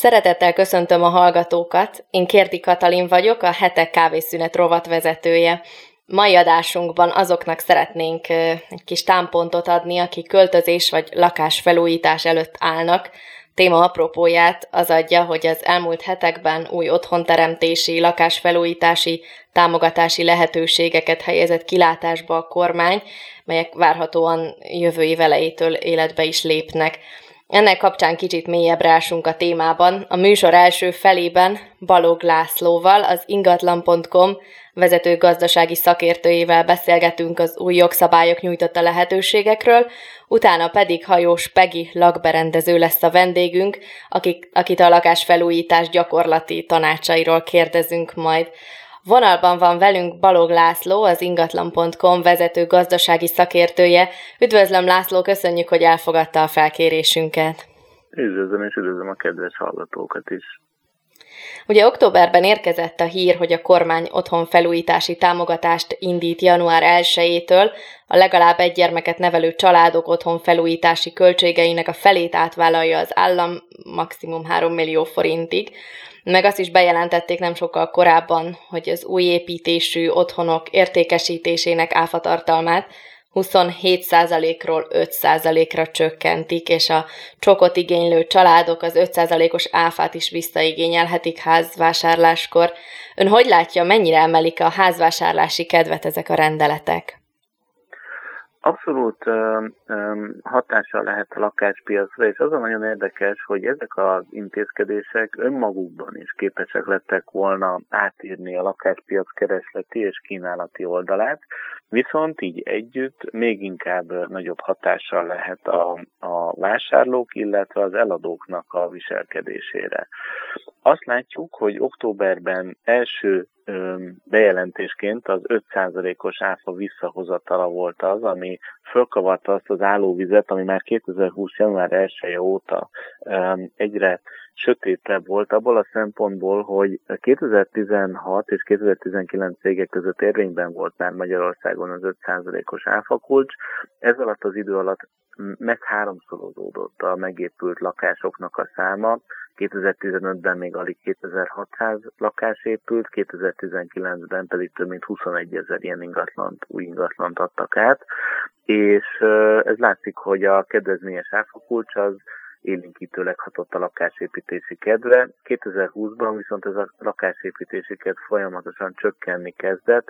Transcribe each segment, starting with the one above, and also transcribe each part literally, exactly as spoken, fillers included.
Szeretettel köszöntöm a hallgatókat, én Kérdi Katalin vagyok, a Hetek kávészünet rovatvezetője. Mai adásunkban azoknak szeretnénk egy kis támpontot adni, akik költözés vagy lakásfelújítás előtt állnak. Téma apropóját az adja, hogy az elmúlt hetekben új otthonteremtési, lakásfelújítási, támogatási lehetőségeket helyezett kilátásba a kormány, melyek várhatóan jövő év elejétől életbe is lépnek. Ennek kapcsán kicsit mélyebbre ásunk a témában. A műsor első felében Balogh Lászlóval, az ingatlan pont com vezető gazdasági szakértőjével beszélgetünk az új jogszabályok nyújtotta lehetőségekről, utána pedig Hajós Pegi lakberendező lesz a vendégünk, akik, akit a lakásfelújítás gyakorlati tanácsairól kérdezünk majd. Vonalban van velünk Balogh László, az ingatlan pont com vezető gazdasági szakértője. Üdvözlöm, László, köszönjük, hogy elfogadta a felkérésünket. Üdvözlöm, és üdvözlöm a kedves hallgatókat is. Ugye októberben érkezett a hír, hogy a kormány otthonfelújítási támogatást indít január elsejétől, a legalább egy gyermeket nevelő családok otthonfelújítási költségeinek a felét átvállalja az állam, maximum három millió forintig. Meg azt is bejelentették nem sokkal korábban, hogy az új építésű otthonok értékesítésének áfatartalmát huszonhét százalékról öt százalékra csökkentik, és a csokot igénylő családok az öt százalékos áfát is visszaigényelhetik házvásárláskor. Ön hogy látja, mennyire emelik a házvásárlási kedvet ezek a rendeletek? Abszolút um, um, hatással lehet a lakáspiacra, és az a nagyon érdekes, hogy ezek az intézkedések önmagukban is képesek lettek volna átírni a lakáspiac keresleti és kínálati oldalát, viszont így együtt még inkább nagyobb hatással lehet a, a vásárlók, illetve az eladóknak a viselkedésére. Azt látjuk, hogy októberben első bejelentésként az öt százalékos áfa visszahozatala volt az, ami fölkavarta azt az állóvizet, ami már kétezer-húsz. január elseje óta egyre sötétebb volt abból a szempontból, hogy kétezer-tizenhat és kétezer-tizenkilenc cégek között érvényben volt már Magyarországon az öt százalékos áfakulcs. Ez alatt az idő alatt meg háromszorozódott a megépült lakásoknak a száma. kétezer-tizenötben még alig kétezer-hatszáz lakás épült, kétezer-tizenkilencben pedig több mint huszonegyezer ilyen ingatlant, új ingatlant adtak át, és ez látszik, hogy a kedvezményes áfakulcs az élénkítőleg hatott a lakásépítési kedvre. kétezer-húszban viszont ez a lakásépítési kedv folyamatosan csökkenni kezdett,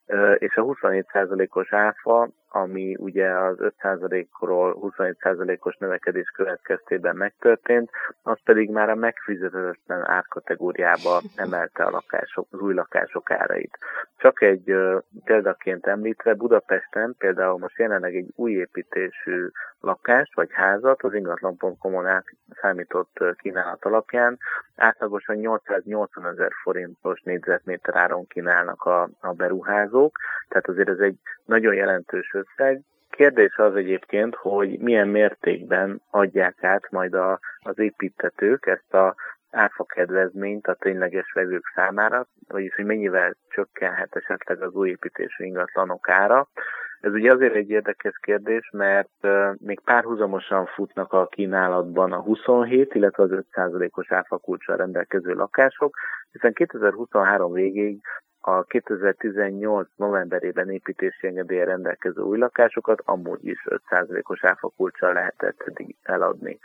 és a huszonhét százalékos áfa, ami ugye az öt százalékról huszonhét százalékos növekedés következtében megtörtént, az pedig már a megfizethetetlen árkategóriába emelte a lakások, az új lakások árait. Csak egy uh, példaként említve, Budapesten például most jelenleg egy új építésű lakást vagy házat az ingatlan pont com-on számított kínálat alapján átlagosan nyolcszáznyolcvanezer forintos négyzetméter áron kínálnak a, a beruházók, tehát azért ez egy nagyon jelentős összeg. Kérdés az egyébként, hogy milyen mértékben adják át majd a, az építtetők ezt a áfa kedvezményt a tényleges vevők számára, vagyis hogy mennyivel csökkenhet esetleg az új építésű ingatlanok ára. Ez ugye azért egy érdekes kérdés, mert uh, még párhuzamosan futnak a kínálatban a huszonhét, illetve az öt százalékos áfakulccsal rendelkező lakások, hiszen kétezer-huszonhárom végéig a kétezer-tizennyolc novemberében építési engedéllyel rendelkező új lakásokat amúgy is öt százalékos áfakulccsal lehetett eddig eladni.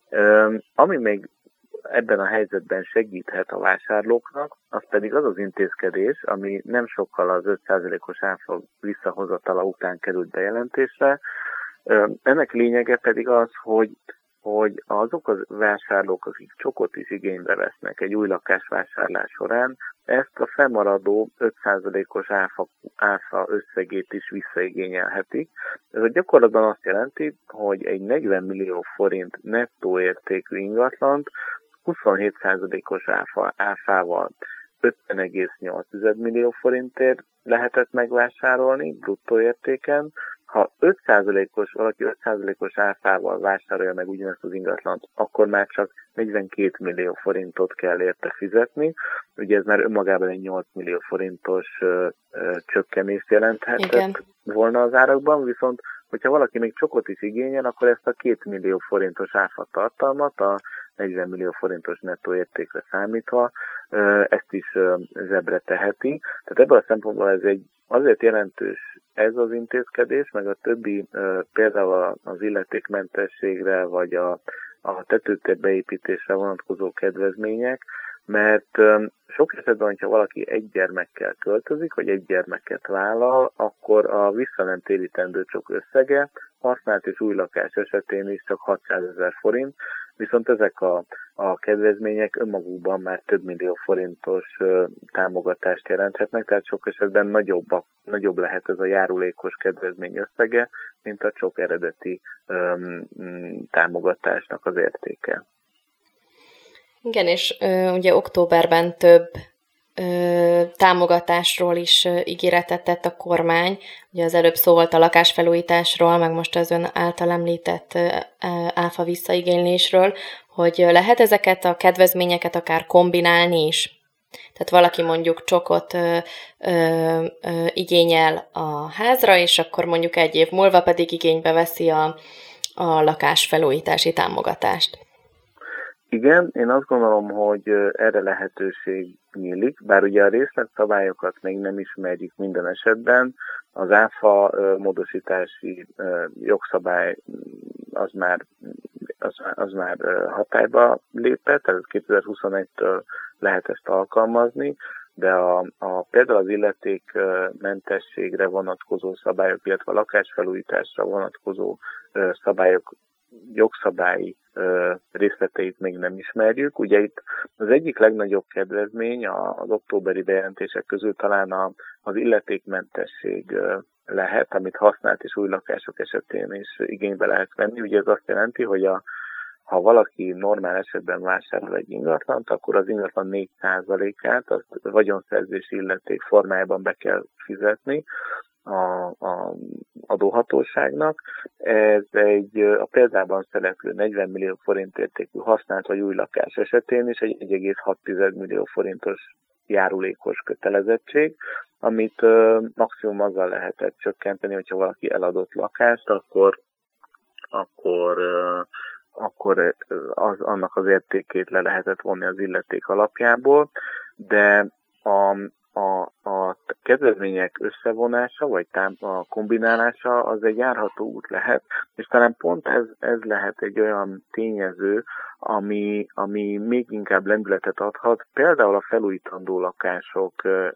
Um, ami még ebben a helyzetben segíthet a vásárlóknak, az pedig az az intézkedés, ami nem sokkal az öt százalékos áfa visszahozatala után került bejelentésre. Ennek lényege pedig az, hogy, hogy azok a vásárlók, akik csokot is igénybe vesznek egy új lakásvásárlás során, ezt a fennmaradó öt százalékos áfa, áfa összegét is visszaigényelhetik. Ez a gyakorlatban azt jelenti, hogy egy negyven millió forint nettó értékű ingatlant huszonhét százalékos áfa, áfával ötven egész nyolc millió forintért lehetett megvásárolni bruttó értéken. Ha öt százalékos, valaki öt százalékos áfával vásárolja meg ugyanezt az ingatlant, akkor már csak negyvenkét millió forintot kell érte fizetni. Ugye ez már önmagában egy nyolc millió forintos ö, ö, csökkenést jelenthetett volna az árakban, viszont hogyha valaki még csokot is igényel, akkor ezt a két millió forintos áfa tartalmat, a negyven millió forintos nettó értékre számítva, ezt is zsebre teheti. Tehát ebből a szempontból ez egy azért jelentős ez az intézkedés, meg a többi például az illetékmentességre, vagy a, a tetőtér beépítésre vonatkozó kedvezmények, mert sok esetben, hogyha valaki egy gyermekkel költözik, vagy egy gyermeket vállal, akkor a vissza nem térítendő csok összege használt és új lakás esetén is csak hatszázezer forint, viszont ezek a, a kedvezmények önmagukban már több millió forintos ö, támogatást jelenthetnek, tehát sok esetben nagyobb, a, nagyobb lehet ez a járulékos kedvezmény összege, mint a csok eredeti ö, támogatásnak az értéke. Igen, és ö, ugye októberben több ö, támogatásról is ö, ígéretet tett a kormány. Ugye az előbb szó volt a lakásfelújításról, meg most az ön által említett ö, áfa visszaigénylésről, hogy lehet ezeket a kedvezményeket akár kombinálni is. Tehát valaki mondjuk csokot ö, ö, ö, igényel a házra, és akkor mondjuk egy év múlva pedig igénybe veszi a, a lakásfelújítási támogatást. Igen, én azt gondolom, hogy erre lehetőség nyílik, bár ugye a részletszabályokat még nem ismerjük minden esetben, az áfa módosítási jogszabály az már, az, az már hatályba lépett, tehát kétezer-huszonegytől lehet ezt alkalmazni, de a, a, például az illetékmentességre vonatkozó szabályok, illetve a lakásfelújításra vonatkozó szabályok jogszabályi ö, részleteit még nem ismerjük. Ugye itt az egyik legnagyobb kedvezmény az októberi bejelentések közül talán a, az illetékmentesség ö, lehet, amit használt és új lakások esetén is igénybe lehet venni. Ugye ez azt jelenti, hogy a, ha valaki normál esetben vásárol egy ingatlant, akkor az ingatlan négy százalékát azt vagyonszerzési illeték formájában be kell fizetni a, a adóhatóságnak. Ez egy a példában szereplő negyven millió forint értékű használt vagy új lakás esetén is egy egy egész hat millió forintos járulékos kötelezettség, amit uh, maximum azzal lehetett csökkenteni, hogyha valaki eladott lakást, akkor, akkor, uh, akkor az, annak az értékét le lehetett vonni az illeték alapjából, de a A, a kedvezmények összevonása, vagy tám, a kombinálása az egy járható út lehet, és talán pont ez, ez lehet egy olyan tényező, ami, ami még inkább lendületet adhat, például a felújítandó lakások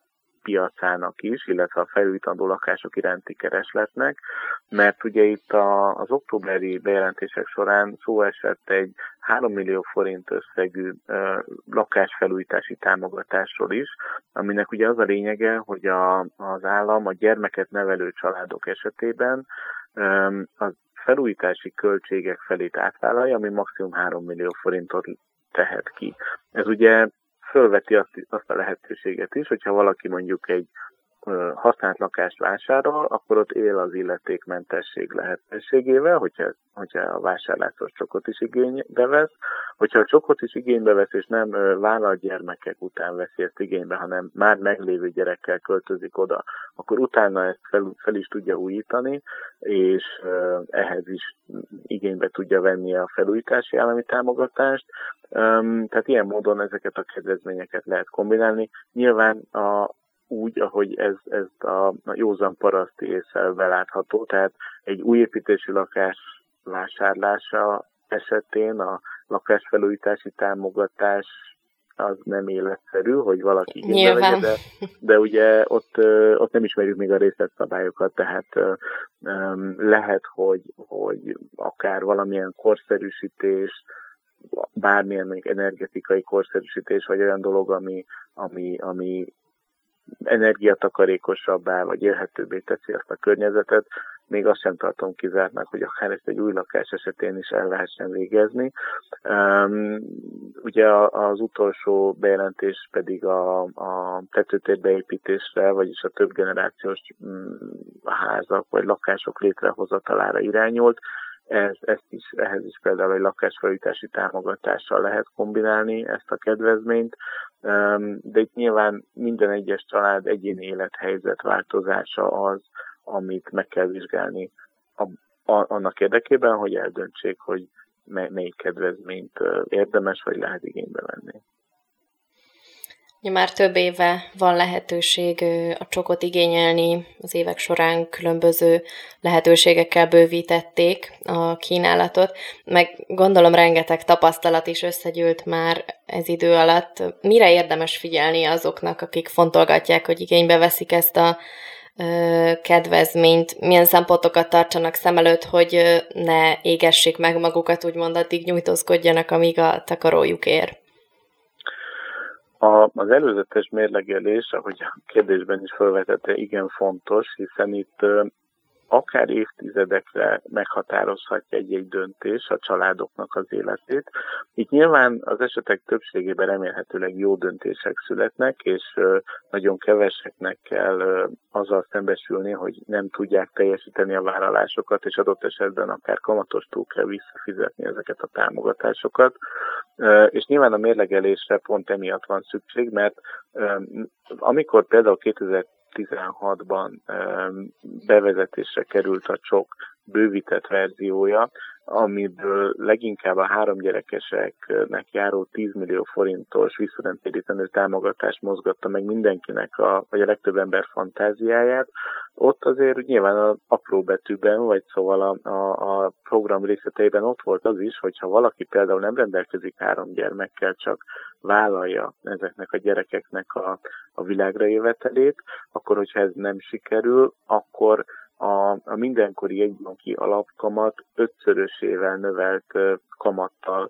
piacának is, illetve a felújítandó lakások iránti keresletnek, mert ugye itt a, az októberi bejelentések során szó esett egy három millió forint összegű ö, lakásfelújítási támogatásról is, aminek ugye az a lényege, hogy a, az állam a gyermeket nevelő családok esetében ö, a felújítási költségek felét átvállalja, ami maximum három millió forintot tehet ki. Ez ugye fölveti azt, azt a lehetőséget is, hogyha valaki mondjuk egy ö, használt lakást vásárol, akkor ott él az illetékmentesség lehetőségével, hogyha, hogyha a vásárlásos csokot is igénybe vesz. Hogyha a csokot is igénybe vesz, és nem ö, vállalt gyermekek után veszi ezt igénybe, hanem már meglévő gyerekkel költözik oda, akkor utána ezt fel, fel is tudja újítani, és ö, ehhez is igénybe tudja venni a felújítási állami támogatást. Um, tehát ilyen módon ezeket a kedvezményeket lehet kombinálni. Nyilván a, úgy, ahogy ez, ez a, a józan paraszti ésszel belátható, tehát egy új építésű lakás vásárlása esetén a lakásfelújítási támogatás az nem életszerű, hogy valaki igénybe vegye, de, de ugye ott, ott nem ismerjük még a részletszabályokat, tehát um, lehet, hogy, hogy akár valamilyen korszerűsítés, bármilyen még energetikai korszerűsítés, vagy olyan dolog, ami, ami, ami energiatakarékosabbá, vagy élhetőbbé teszi azt a környezetet, még azt sem tartom kizártnak, hogy akár ezt egy új lakás esetén is el lehessen végezni. Um, ugye az utolsó bejelentés pedig a, a tetőtér beépítésre, vagyis a több generációs házak vagy lakások létrehozatalára irányult. Ez, ezt is, ehhez is például egy lakásfelújítási támogatással lehet kombinálni ezt a kedvezményt, de itt nyilván minden egyes család egyéni élethelyzet változása az, amit meg kell vizsgálni a, a, annak érdekében, hogy eldöntsék, hogy melyik kedvezményt érdemes, vagy lehet igénybe venni. Már több éve van lehetőség a csokot igényelni, az évek során különböző lehetőségekkel bővítették a kínálatot, meg gondolom rengeteg tapasztalat is összegyűlt már ez idő alatt. Mire érdemes figyelni azoknak, akik fontolgatják, hogy igénybe veszik ezt a kedvezményt, milyen szempontokat tartsanak szem előtt, hogy ne égessék meg magukat, úgymond addig nyújtózkodjanak, amíg a takarójuk ér? A, az előzetes mérlegelés, ahogy a kérdésben is felvetette, igen fontos, hiszen itt akár évtizedekre meghatározhatja egy-egy döntés a családoknak az életét. Itt nyilván az esetek többségében remélhetőleg jó döntések születnek, és nagyon keveseknek kell azzal szembesülni, hogy nem tudják teljesíteni a vállalásokat, és adott esetben akár kamatostól kell visszafizetni ezeket a támogatásokat. És nyilván a mérlegelésre pont emiatt van szükség, mert amikor például kétezer-tizenhatban bevezetésre került a csok bővített verziója, amiből leginkább a három gyerekeseknek járó tíz millió forintos visszanemtérítendő támogatás mozgatta meg mindenkinek, a, vagy a legtöbb ember fantáziáját. Ott azért nyilván az apró betűben, vagy szóval a, a, a program részleteiben ott volt az is, hogyha valaki például nem rendelkezik három gyermekkel, csak vállalja ezeknek a gyerekeknek a, a világra jövetelét, akkor hogyha ez nem sikerül, akkor a, a mindenkori egybanki alapkamat ötszörösével növelt kamattal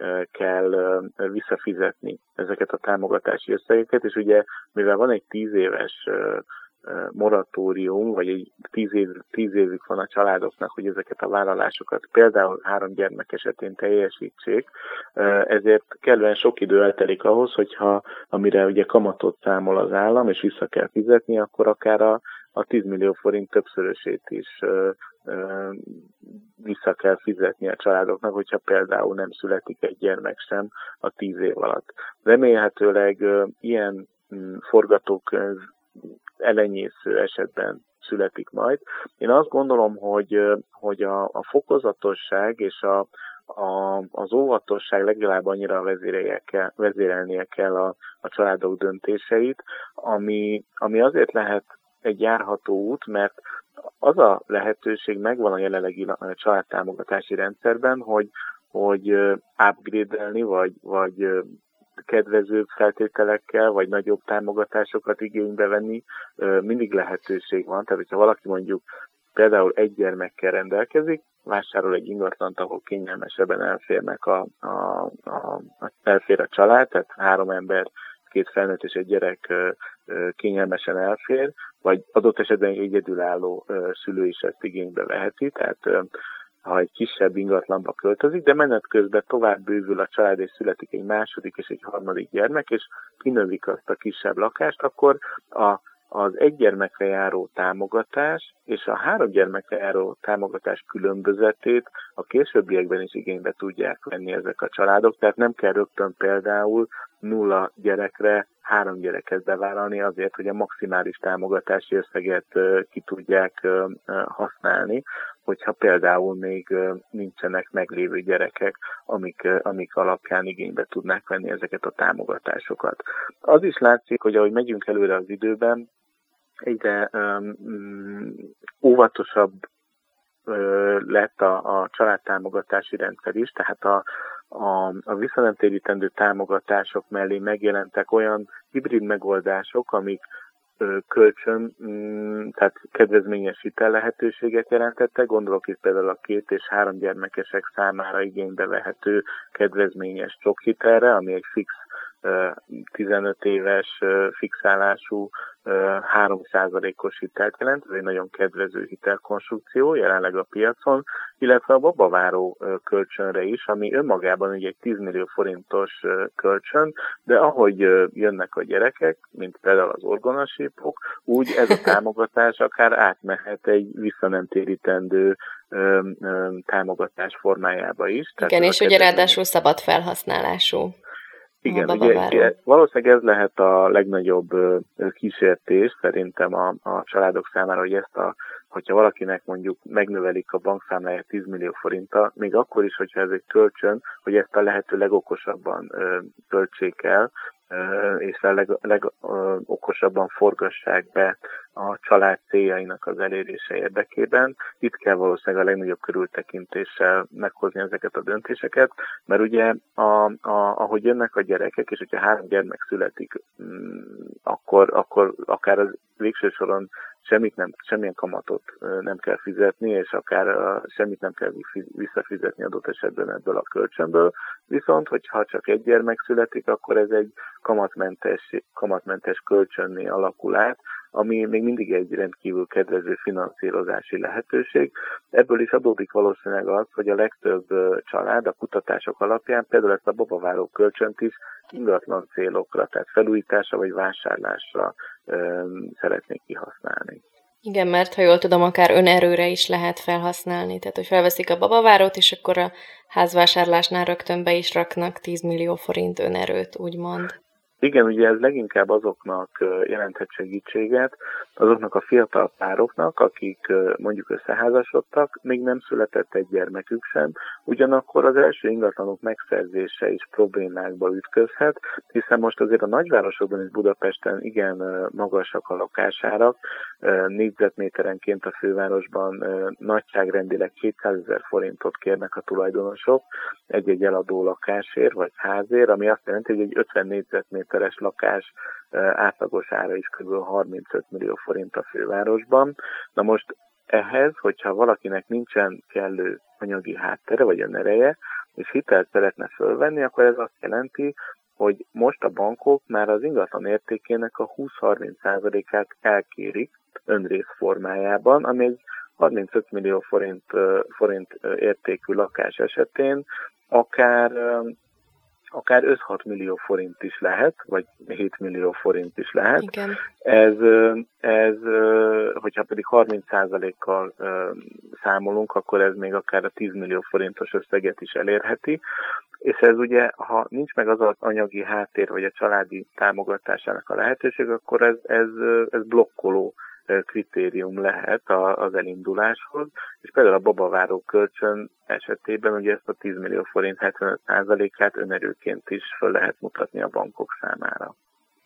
kell visszafizetni ezeket a támogatási összegeket, és ugye mivel van egy tíz éves moratórium, vagy egy tíz, év, tíz évük van a családoknak, hogy ezeket a vállalásokat például három gyermek esetén teljesítsék, ezért kellően sok idő eltelik ahhoz, hogyha amire ugye kamatot számol az állam, és vissza kell fizetni, akkor akár a, a tíz millió forint többszörösét is ö, ö, vissza kell fizetni a családoknak, hogyha például nem születik egy gyermek sem a tíz év alatt. Remélhetőleg ö, ilyen m, forgatókönyv elenyésző esetben születik majd. Én azt gondolom, hogy, hogy a, a fokozatosság és a, a, az óvatosság legalább annyira kell, vezérelnie kell a, a családok döntéseit, ami, ami azért lehet egy járható út, mert az a lehetőség megvan a jelenlegi családtámogatási rendszerben, hogy, hogy upgrade-elni, vagy, vagy kedvezőbb feltételekkel, vagy nagyobb támogatásokat igénybe venni, mindig lehetőség van. Tehát, hogyha valaki mondjuk például egy gyermekkel rendelkezik, vásárol egy ingatlant, ahol kényelmesebben elférnek a, a, a, a, elfér a család, tehát három ember, két felnőtt és egy gyerek kényelmesen elfér, vagy adott esetben egy egyedülálló szülő is ezt igénybe veheti, tehát ha egy kisebb ingatlanba költözik, de menet közben tovább bővül a család, és születik egy második és egy harmadik gyermek, és kinövik azt a kisebb lakást, akkor a, az egy gyermekre járó támogatás és a három gyermekre járó támogatás különbözetét a későbbiekben is igénybe tudják venni ezek a családok, tehát nem kell rögtön például nulla gyerekre három gyereket bevállalni azért, hogy a maximális támogatási összeget ki tudják használni, hogyha például még nincsenek meglévő gyerekek, amik, amik alapján igénybe tudnák venni ezeket a támogatásokat. Az is látszik, hogy ahogy megyünk előre az időben, egyre um, óvatosabb uh, lett a, a családtámogatási rendszer is, tehát a, a, a visszanemtérítendő támogatások mellé megjelentek olyan hibrid megoldások, amik kölcsön, tehát kedvezményes hitel lehetőséget jelentettek. Gondolok itt például a két és három gyermekesek számára igénybe vehető kedvezményes csokhitelre, ami egy fix tizenöt éves fixálású három százalékos hitelt jelent, ez egy nagyon kedvező hitelkonstrukció jelenleg a piacon, illetve a babaváró kölcsönre is, ami önmagában ugye egy tíz millió forintos kölcsön, de ahogy jönnek a gyerekek, mint például az orgonasípok, úgy ez a támogatás akár átmehet egy visszanemtérítendő támogatás formájába is. Igen, és ugye ráadásul szabad felhasználású. Igen, ugye valószínűleg ez lehet a legnagyobb kísértés szerintem a, a családok számára, hogy ezt a, hogyha valakinek mondjuk megnövelik a bankszámláját tíz millió forinttal, még akkor is, hogyha ez egy kölcsön, hogy ezt a lehető legokosabban költsék el, és a legokosabban forgassák be a család céljainak az elérése érdekében. Itt kell valószínűleg a legnagyobb körültekintéssel meghozni ezeket a döntéseket, mert ugye a, a, ahogy jönnek a gyerekek, és hogyha három gyermek születik, akkor, akkor akár az végső soron semmit nem, semmilyen kamatot nem kell fizetni, és akár semmit nem kell visszafizetni adott esetben ebből a kölcsönből. Viszont, hogyha csak egy gyermek születik, akkor ez egy kamatmentes, kamatmentes kölcsönné alakul át, ami még mindig egy rendkívül kedvező finanszírozási lehetőség. Ebből is adódik valószínűleg az, hogy a legtöbb család a kutatások alapján például ezt a babaváró kölcsönt is ingatlan célokra, tehát felújításra vagy vásárlásra um, szeretnék kihasználni. Igen, mert ha jól tudom, akár önerőre is lehet felhasználni. Tehát, hogy felveszik a babavárót, és akkor a házvásárlásnál rögtön be is raknak tíz millió forint önerőt, úgymond. Igen, ugye ez leginkább azoknak jelenthet segítséget, azoknak a fiatal pároknak, akik mondjuk összeházasodtak, még nem született egy gyermekük sem, ugyanakkor az első ingatlanok megszerzése is problémákba ütközhet, hiszen most azért a nagyvárosokban és Budapesten igen magasak a lakásárak, négyzetméterenként a fővárosban nagyságrendileg kétszázezer forintot kérnek a tulajdonosok egy-egy eladó lakásért vagy házért, ami azt jelenti, hogy egy ötven négyzetméteres lakás átlagos ára is kb. harmincöt millió forint a fővárosban. Na most ehhez, hogyha valakinek nincsen kellő anyagi háttere vagy önereje, és hitelt szeretne fölvenni, akkor ez azt jelenti, hogy most a bankok már az ingatlan értékének a húsz-harminc százalékát elkérik önrész formájában, ami egy harmincöt millió forint, forint értékű lakás esetén akár akár öt-hat millió forint is lehet, vagy hét millió forint is lehet. Igen. Ez, ez, hogyha pedig harminc százalékkal számolunk, akkor ez még akár a tíz millió forintos összeget is elérheti. És ez ugye, ha nincs meg az az anyagi háttér, vagy a családi támogatásának a lehetőség, akkor ez, ez, ez blokkoló kritérium lehet az elinduláshoz, és például a babaváró kölcsön esetében ugye ezt a tíz millió forint hetvenöt százalékát önerőként is föl lehet mutatni a bankok számára.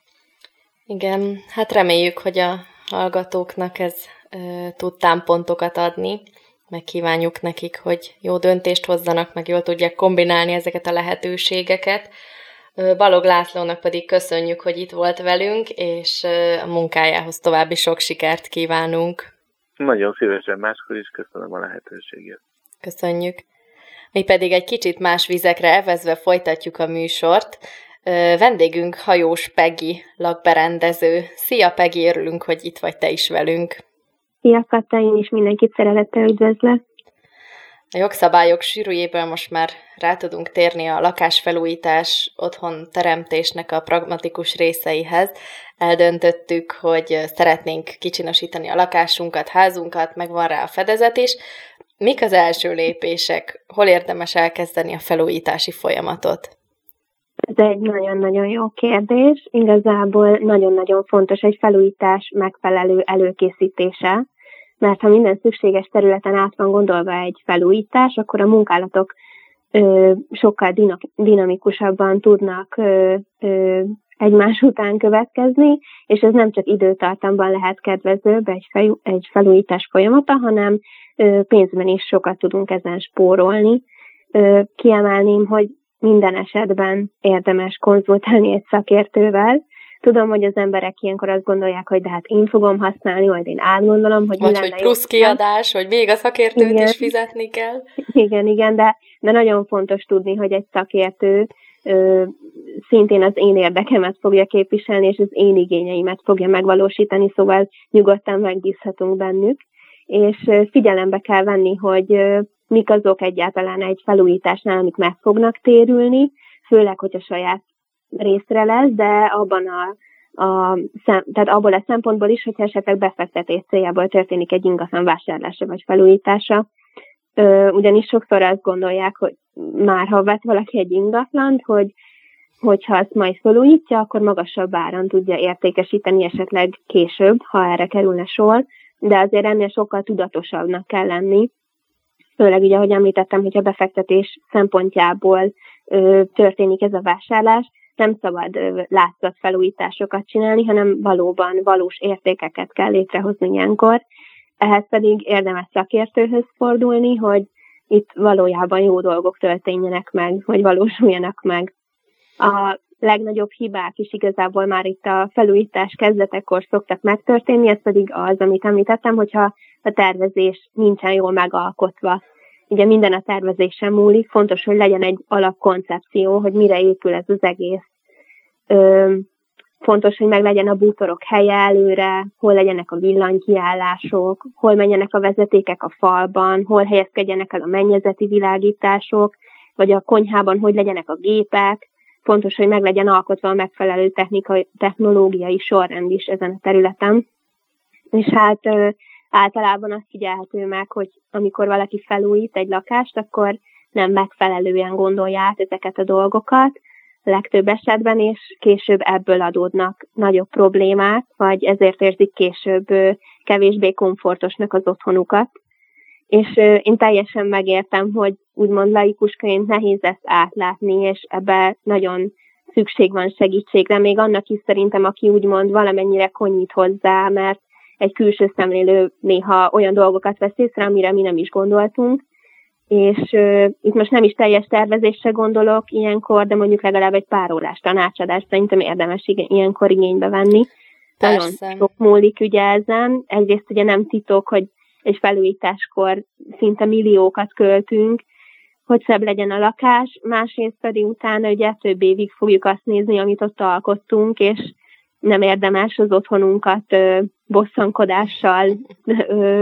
Igen, hát reméljük, hogy a hallgatóknak ez e, tud támpontokat adni, meg kívánjuk nekik, hogy jó döntést hozzanak, meg jól tudják kombinálni ezeket a lehetőségeket. Balog Lászlónak pedig köszönjük, hogy itt volt velünk, és a munkájához további sok sikert kívánunk. Nagyon szívesen, máskor is köszönöm a lehetőséget. Köszönjük. Mi pedig egy kicsit más vizekre evezve folytatjuk a műsort. Vendégünk Hajós Peggy lakberendező. Szia Peggy, örülünk, hogy itt vagy te is velünk. Szia Kata, én is mindenkit szeretettel üdvözlök. A jogszabályok sűrűjéből most már rá tudunk térni a lakásfelújítás, otthon teremtésnek a pragmatikus részeihez. Eldöntöttük, hogy szeretnénk kicsinosítani a lakásunkat, házunkat, meg van rá a fedezet is. Mik az első lépések? Hol érdemes elkezdeni a felújítási folyamatot? Ez egy nagyon-nagyon jó kérdés. Igazából nagyon-nagyon fontos egy felújítás megfelelő előkészítése, mert ha minden szükséges területen át van gondolva egy felújítás, akkor a munkálatok ö, sokkal dinamikusabban tudnak ö, ö, egymás után következni, és ez nem csak időtartamban lehet kedvezőbb egy, fel, egy felújítás folyamata, hanem ö, pénzben is sokat tudunk ezen spórolni. Ö, kiemelném, hogy minden esetben érdemes konzultálni egy szakértővel. Tudom, hogy az emberek ilyenkor azt gondolják, hogy de hát én fogom használni, majd én átgondolom, hogy vagy, mi lenne hogy plusz jó, kiadás, hogy még a szakértőt igen. is fizetni kell. Igen, igen, de, de nagyon fontos tudni, hogy egy szakértő ö, szintén az én érdekemet fogja képviselni, és az én igényeimet fogja megvalósítani, szóval nyugodtan megbízhatunk bennük, és ö, figyelembe kell venni, hogy ö, mik azok egyáltalán egy felújításnál, amik meg fognak térülni, főleg, hogy a saját részre lesz, de abban a, a tehát abból a szempontból is, hogyha esetleg befektetés céljából történik egy ingatlan vásárlása vagy felújítása. Ugyanis sokszor azt gondolják, hogy már ha vett valaki egy ingatlant, hogy hogyha azt majd felújítja, akkor magasabb áron tudja értékesíteni esetleg később, ha erre kerülne sor, de azért ennél sokkal tudatosabbnak kell lenni. Főleg ugye, ahogy említettem, hogyha befektetés szempontjából ö, történik ez a vásárlás, nem szabad ö, látszatfelújításokat csinálni, hanem valóban valós értékeket kell létrehozni ilyenkor. Ehhez pedig érdemes szakértőhöz fordulni, hogy itt valójában jó dolgok történjenek meg, vagy valósuljanak meg. A legnagyobb hibák is igazából már itt a felújítás kezdetekor szoktak megtörténni, ez pedig az, amit említettem, hogyha a tervezés nincsen jól megalkotva. Ugye minden a tervezésen múlik, fontos, hogy legyen egy alapkoncepció, hogy mire épül ez az egész. Ö, fontos, hogy meg legyen a bútorok helye előre, hol legyenek a villanykiállások, hol menjenek a vezetékek a falban, hol helyezkedjenek el a mennyezeti világítások, vagy a konyhában hogy legyenek a gépek. Fontos, hogy meg legyen alkotva a megfelelő technikai, technológiai sorrend is ezen a területen. És hát ö, általában azt figyelhető meg, hogy amikor valaki felújít egy lakást, akkor nem megfelelően gondolja át ezeket a dolgokat, legtöbb esetben, és később ebből adódnak nagyobb problémák, vagy ezért érzik később ö, kevésbé komfortosnak az otthonukat. És ö, én teljesen megértem, hogy úgymond laikusként nehéz ezt átlátni, és ebbe nagyon szükség van segítségre, még annak is szerintem, aki úgymond valamennyire konyít hozzá, mert egy külső szemlélő néha olyan dolgokat vesz észre, amire mi nem is gondoltunk, és uh, itt most nem is teljes tervezésre gondolok ilyenkor, de mondjuk legalább egy pár órás tanácsadást szerintem érdemes ilyenkor igénybe venni. Persze. Nagyon sok múlik ugye ezen. Egyrészt ugye nem titok, hogy egy felújításkor szinte milliókat költünk, hogy szebb legyen a lakás, másrészt pedig utána ugye több évig fogjuk azt nézni, amit ott alkottunk, és nem érdemes az otthonunkat ö, bosszankodással ö,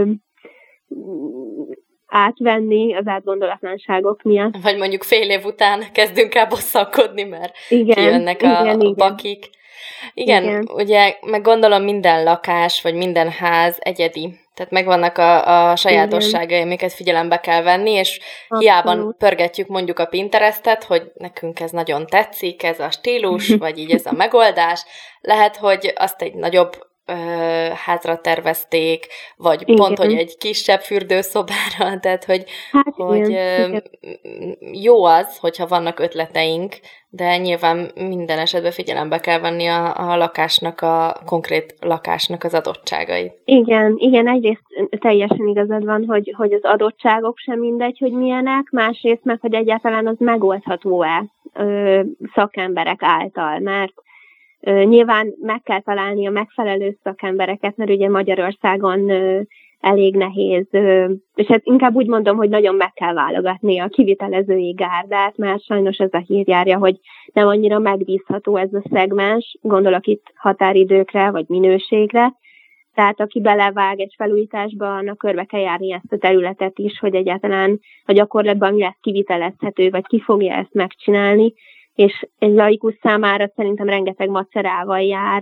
átvenni az átgondolatlanságok miatt. Vagy mondjuk fél év után kezdünk el bosszankodni, mert igen, kijönnek a igen, igen. bakik. Igen, igen, ugye meg gondolom minden lakás, vagy minden ház egyedi. Tehát megvannak a, a sajátosságai, amiket figyelembe kell venni, és abszolút. Hiába pörgetjük mondjuk a Pinterestet, hogy nekünk ez nagyon tetszik, ez a stílus, vagy így ez a megoldás. Lehet, hogy azt egy nagyobb ö, házra tervezték, vagy igen. Pont, hogy egy kisebb fürdőszobára, tehát, hogy, hát hogy igen, ö, igen. Jó az, hogyha vannak ötleteink, de nyilván minden esetben figyelembe kell venni a, a lakásnak, a konkrét lakásnak az adottságait. Igen, igen, egyrészt teljesen igazad van, hogy, hogy az adottságok sem mindegy, hogy milyenek, másrészt meg, hogy egyáltalán az megoldható-e ö, szakemberek által, mert ö, nyilván meg kell találni a megfelelő szakembereket, mert ugye Magyarországon ö, elég nehéz, és hát inkább úgy mondom, hogy nagyon meg kell válogatni a kivitelezői gárdát, mert sajnos ez a hír járja, hogy nem annyira megbízható ez a szegmens, gondolok itt határidőkre vagy minőségre, tehát aki belevág egy felújításba, annak körbe kell járni ezt a területet is, hogy egyáltalán a gyakorlatban mi lesz kivitelezhető, vagy ki fogja ezt megcsinálni, és egy laikus számára szerintem rengeteg macerával jár,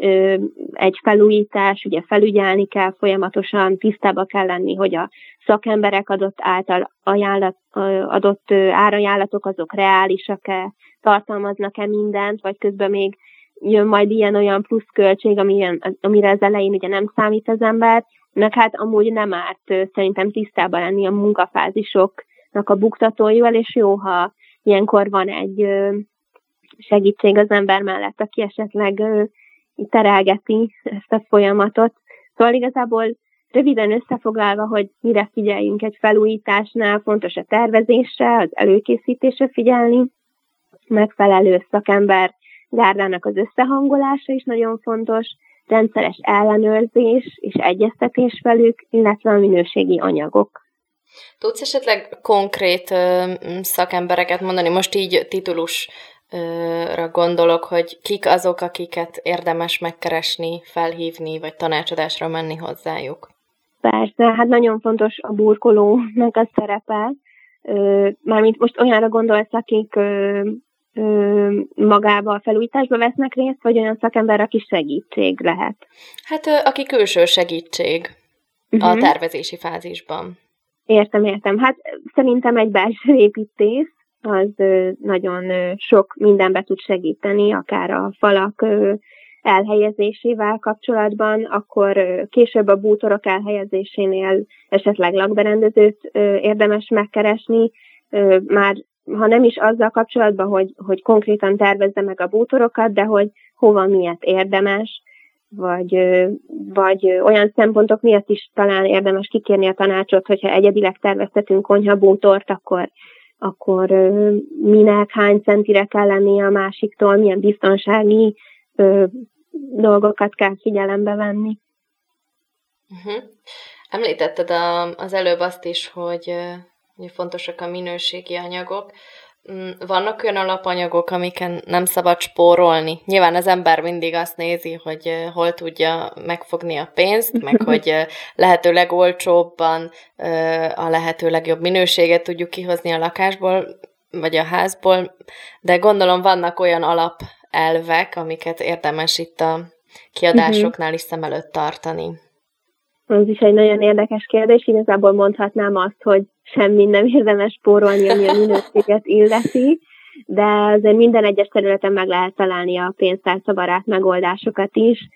egy felújítás, ugye felügyelni kell folyamatosan, tisztába kell lenni, hogy a szakemberek adott által ajánlat, adott árajánlatok azok reálisak-e, tartalmaznak-e mindent, vagy közben még jön majd ilyen-olyan pluszköltség, amire az elején ugye nem számít az ember, meg hát amúgy nem árt szerintem tisztában lenni a munkafázisoknak a buktatóival, és jó, ha ilyenkor van egy segítség az ember mellett, aki esetleg terelgeti ezt a folyamatot. Szóval igazából röviden összefoglalva, hogy mire figyeljünk egy felújításnál, fontos a tervezésre, az előkészítésre figyelni, megfelelő szakember gárdának az összehangolása is nagyon fontos, rendszeres ellenőrzés és egyeztetés velük, illetve a minőségi anyagok. Tudsz esetleg konkrét ö, szakembereket mondani? Most így titulus gondolok, hogy kik azok, akiket érdemes megkeresni, felhívni, vagy tanácsadásra menni hozzájuk? Persze, hát nagyon fontos a burkolónak a szerepe. Mármint most olyanra gondolsz, akik magába a felújításba vesznek részt, vagy olyan szakember, aki segítség lehet? Hát aki külső segítség uh-huh. a tervezési fázisban. Értem, értem. Hát szerintem egy belső építész, az nagyon sok mindenbe tud segíteni, akár a falak elhelyezésével kapcsolatban, akkor később a bútorok elhelyezésénél esetleg lakberendezőt érdemes megkeresni, már ha nem is azzal kapcsolatban, hogy, hogy konkrétan tervezze meg a bútorokat, de hogy hova miért érdemes, vagy, vagy olyan szempontok miatt is talán érdemes kikérni a tanácsot, hogyha egyedileg terveztetünk konyhabútort, akkor, akkor minek, hány centire kell lennie a másiktól, milyen biztonsági dolgokat kell figyelembe venni. Uh-huh. Említetted a, az előbb azt is, hogy, hogy fontosak a minőségi anyagok. Vannak olyan alapanyagok, amiken nem szabad spórolni? Nyilván az ember mindig azt nézi, hogy hol tudja megfogni a pénzt, meg hogy lehető legolcsóbban a lehető legjobb minőséget tudjuk kihozni a lakásból, vagy a házból, de gondolom vannak olyan alapelvek, amiket érdemes itt a kiadásoknál is szem előtt tartani. Ez is egy nagyon érdekes kérdés. Igazából mondhatnám azt, hogy semmi nem érdemes spórolni, ami a minőséget illeti, de azért minden egyes területen meg lehet találni a pénztárcabarát megoldásokat is.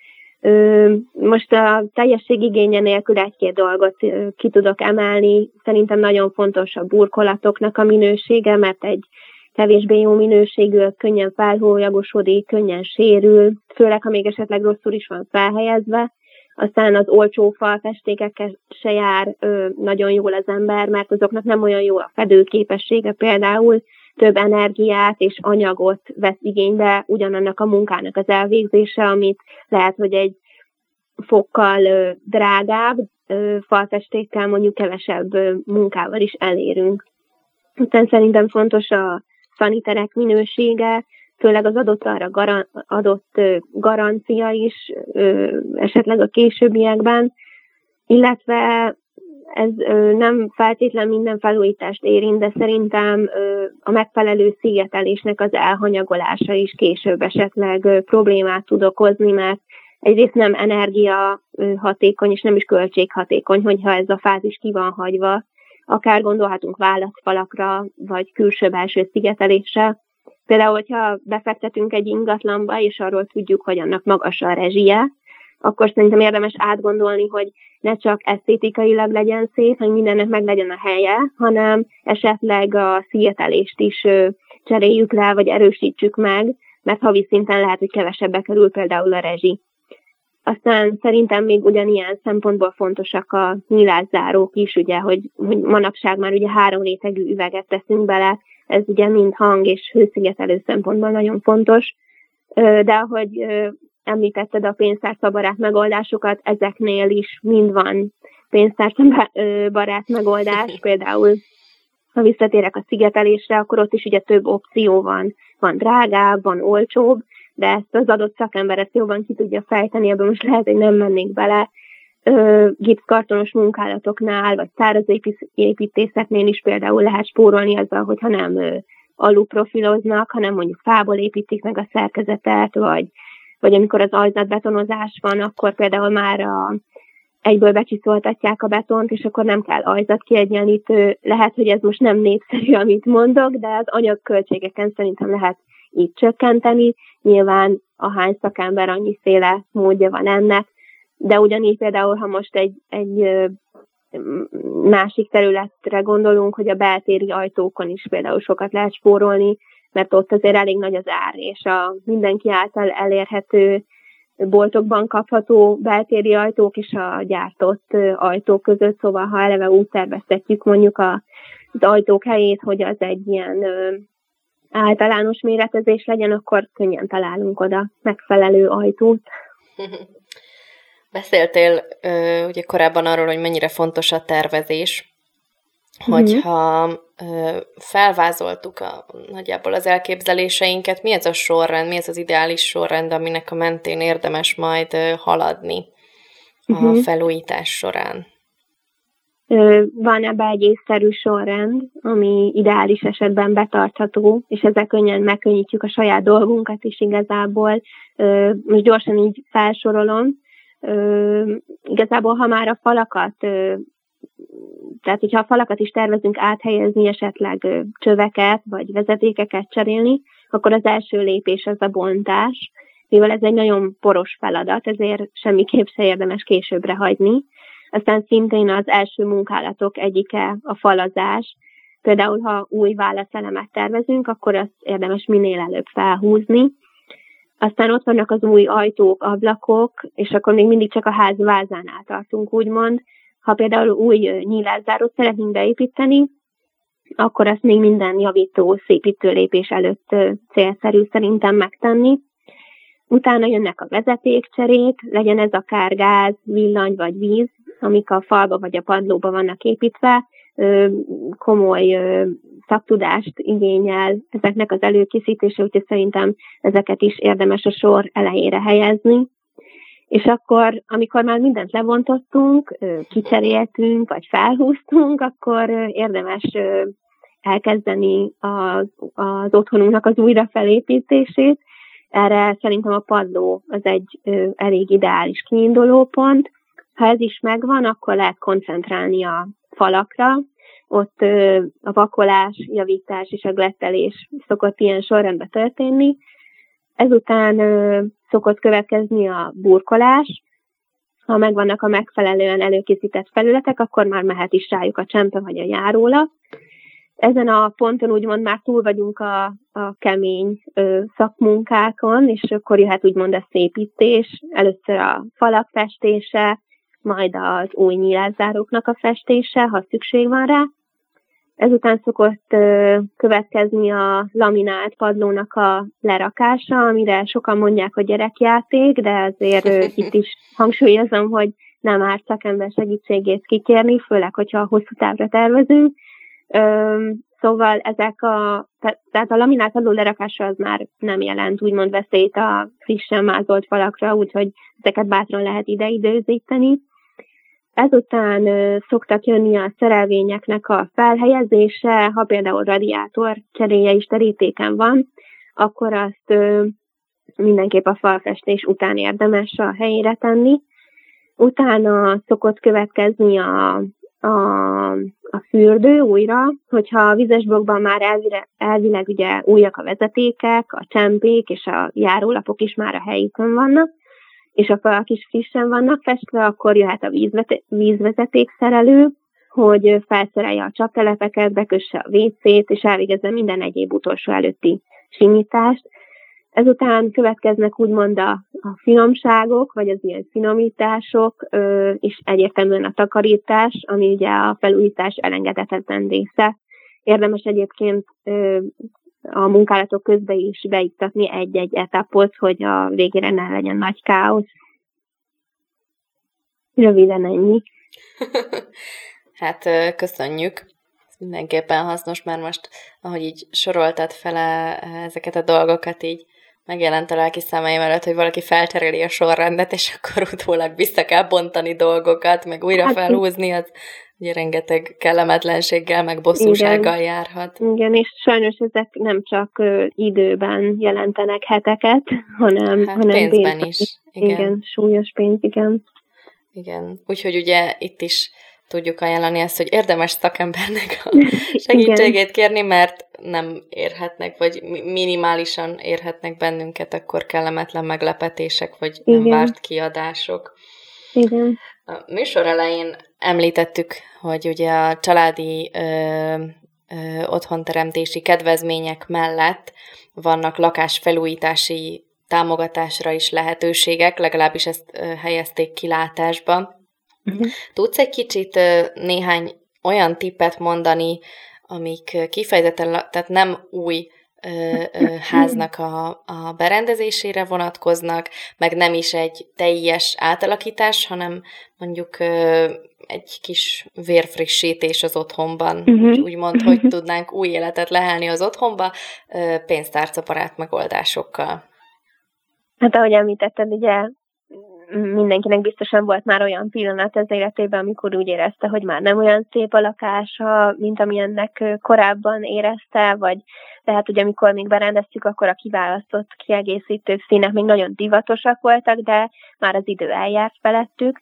Most a teljesség igénye nélkül egy-két dolgot ki tudok emelni. Szerintem nagyon fontos a burkolatoknak a minősége, mert egy kevésbé jó minőségű, könnyen felhólyagosodik, könnyen sérül, főleg ha még esetleg rosszul is van felhelyezve. Aztán az olcsó falfestékekkel se jár ö, nagyon jól az ember, mert azoknak nem olyan jó a fedőképessége például, több energiát és anyagot vesz igénybe ugyanannak a munkának az elvégzése, amit lehet, hogy egy fokkal ö, drágább ö, falfestékkel mondjuk kevesebb ö, munkával is elérünk. Aztán szerintem fontos a szaniterek minősége, főleg az adott arra garan, adott garancia is, ö, esetleg a későbbiekben, illetve ez ö, nem feltétlen minden felújítást érint, de szerintem ö, a megfelelő szigetelésnek az elhanyagolása is később esetleg ö, problémát tud okozni, mert egyrészt nem energia ö, hatékony, és nem is költséghatékony, hogyha ez a fázis ki van hagyva, akár gondolhatunk válaszfalakra, vagy külső-belső szigetelésre. Például, hogyha befektetünk egy ingatlanba, és arról tudjuk, hogy annak magas a rezsie, akkor szerintem érdemes átgondolni, hogy ne csak esztétikailag legyen szép, hogy mindennek meg legyen a helye, hanem esetleg a szigetelést is cseréljük le, vagy erősítsük meg, mert havi szinten lehet, hogy kevesebbe kerül például a rezsi. Aztán szerintem még ugyanilyen szempontból fontosak a nyilászárók is, ugye, hogy, hogy manapság már ugye három rétegű üveget teszünk bele, ez ugye mind hang és hőszigetelő szempontból nagyon fontos, de ahogy említetted a pénztárcabarát megoldásokat, ezeknél is mind van pénztárcabarát megoldás, például ha visszatérek a szigetelésre, akkor ott is ugye több opció van, van drágább, van olcsóbb, de ezt az adott szakember ezt jobban ki tudja fejteni, ebben most lehet, hogy nem mennék bele. Gipszkartonos munkálatoknál, vagy száraz építészetnél is például lehet spórolni azzal, hogyha nem aluprofiloznak, hanem mondjuk fából építik meg a szerkezetet, vagy, vagy amikor az ajzatbetonozás van, akkor például már a, egyből becsiszoltatják a betont, és akkor nem kell ajzatkiegyenlítő. Lehet, hogy ez most nem népszerű, amit mondok, de az anyagköltségeken szerintem lehet így csökkenteni. Nyilván ahány szakember, annyiféle módja van ennek, de ugyanígy például, ha most egy, egy másik területre gondolunk, hogy a beltéri ajtókon is például sokat lehet spórolni, mert ott azért elég nagy az ár, és a mindenki által elérhető boltokban kapható beltéri ajtók és a gyártott ajtók között, szóval ha eleve úgy terveztetjük mondjuk a, az ajtók helyét, hogy az egy ilyen ö, általános méretezés legyen, akkor könnyen találunk oda megfelelő ajtót. Beszéltél ö, ugye korábban arról, hogy mennyire fontos a tervezés, mm-hmm. hogyha ö, felvázoltuk a, nagyjából az elképzeléseinket, mi ez a sorrend, mi ez az ideális sorrend, aminek a mentén érdemes majd ö, haladni mm-hmm. a felújítás során? Ö, van ebbe egy észszerű sorrend, ami ideális esetben betartható, és ezzel könnyen megkönnyítjük a saját dolgunkat is igazából. Ö, most gyorsan így felsorolom. Ö, igazából, ha már a falakat ö, tehát hogyha a falakat is tervezünk áthelyezni, esetleg csöveket vagy vezetékeket cserélni, akkor az első lépés az a bontás, mivel ez egy nagyon poros feladat, ezért semmiképp se érdemes későbbre hagyni. Aztán szintén az első munkálatok egyike a falazás. Például, ha új válaszelemet tervezünk, akkor azt érdemes minél előbb felhúzni. Aztán ott vannak az új ajtók, ablakok, és akkor még mindig csak a ház vázánál tartunk, úgymond. Ha például új nyílászárót szeretnénk beépíteni, akkor azt még minden javító, szépítő lépés előtt célszerű szerintem megtenni. Utána jönnek a vezetékcserék, legyen ez akár gáz, villany vagy víz, amik a falba vagy a padlóba vannak építve, komoly szaktudást igényel ezeknek az előkészítése, úgyhogy szerintem ezeket is érdemes a sor elejére helyezni. És akkor, amikor már mindent levontottunk, kicseréltünk, vagy felhúztunk, akkor érdemes elkezdeni az, az otthonunknak az újrafelépítését. Erre szerintem a padló az egy elég ideális kiinduló pont. Ha ez is megvan, akkor lehet koncentrálni a falakra. Ott a vakolás, javítás és a glettelés szokott ilyen sorrendben történni. Ezután szokott következni a burkolás. Ha megvannak a megfelelően előkészített felületek, akkor már mehet is rájuk a csempe vagy a járólap. Ezen a ponton úgymond már túl vagyunk a, a kemény ö, szakmunkákon, és akkor jöhet úgymond a szépítés, először a falak festése, majd az új nyílászáróknak a festése, ha szükség van rá. Ezután szokott ö, következni a laminált padlónak a lerakása, amire sokan mondják, hogy gyerekjáték, de azért ö, itt is hangsúlyozom, hogy nem árt szakember segítségét kikérni, főleg, hogyha hosszú távra tervezünk. Ö, szóval ezek a, tehát a laminált padló lerakása az már nem jelent úgymond veszélyt a frissen mázolt falakra, úgyhogy ezeket bátran lehet ideidőzíteni. Ezután ö, szoktak jönni a szerelvényeknek a felhelyezése, ha például radiátor cseréje is terítéken van, akkor azt ö, mindenképp a falfestés után érdemes a helyére tenni. Utána szokott következni a A, a fürdő újra, hogyha a vizes blokkban már elvileg, elvileg ugye újak a vezetékek, a csempék és a járólapok is már a helyükön vannak, és a falak is frissen vannak festve, akkor jöhet a vízvete, vízvezetékszerelő, hogy felszerelje a csaptelepeket, bekösse a vécét, és elvégezze minden egyéb utolsó előtti simítást. Ezután következnek úgymond a, a finomságok, vagy az ilyen finomítások, ö, és egyértelműen a takarítás, ami ugye a felújítás elengedhetetlen része. Érdemes egyébként ö, a munkálatok közben is beiktatni egy-egy etapot, hogy a végére ne legyen nagy káosz. Röviden ennyi. Hát köszönjük. Mindenképpen hasznos, mert most, ahogy így soroltad fele ezeket a dolgokat, így megjelent a lelki szemeim előtt, hogy valaki felcseréli a sorrendet, és akkor utólag vissza kell bontani dolgokat, meg újra hát, felhúzni, az ugye rengeteg kellemetlenséggel, meg bosszúsággal igen, járhat. Igen, és sajnos ezek nem csak uh, időben jelentenek heteket, hanem, hát hanem pénzben, pénzben is. Igen. igen, súlyos pénz, igen. Igen, úgyhogy ugye itt is tudjuk ajánlani azt, hogy érdemes szakembernek a segítségét kérni, mert nem érhetnek, vagy minimálisan érhetnek bennünket, akkor kellemetlen meglepetések, vagy igen, nem várt kiadások. Igen. A műsor elején említettük, hogy ugye a családi ö, ö, otthonteremtési kedvezmények mellett vannak lakásfelújítási támogatásra is lehetőségek, legalábbis ezt ö, helyezték kilátásba. Uh-huh. Tudsz egy kicsit néhány olyan tippet mondani, amik kifejezetten, tehát nem új ö, ö, háznak a, a berendezésére vonatkoznak, meg nem is egy teljes átalakítás, hanem mondjuk ö, egy kis vérfrissítés az otthonban. Uh-huh. Úgy, úgymond, hogy tudnánk új életet lehelni az otthonba ö, pénztárcabarát megoldásokkal. Hát ahogy említetted, ugye mindenkinek biztosan volt már olyan pillanat az életében, amikor úgy érezte, hogy már nem olyan szép a lakása, mint amilyennek korábban érezte, vagy tehát ugye amikor még berendeztük, akkor a kiválasztott kiegészítő színek még nagyon divatosak voltak, de már az idő eljárt felettük.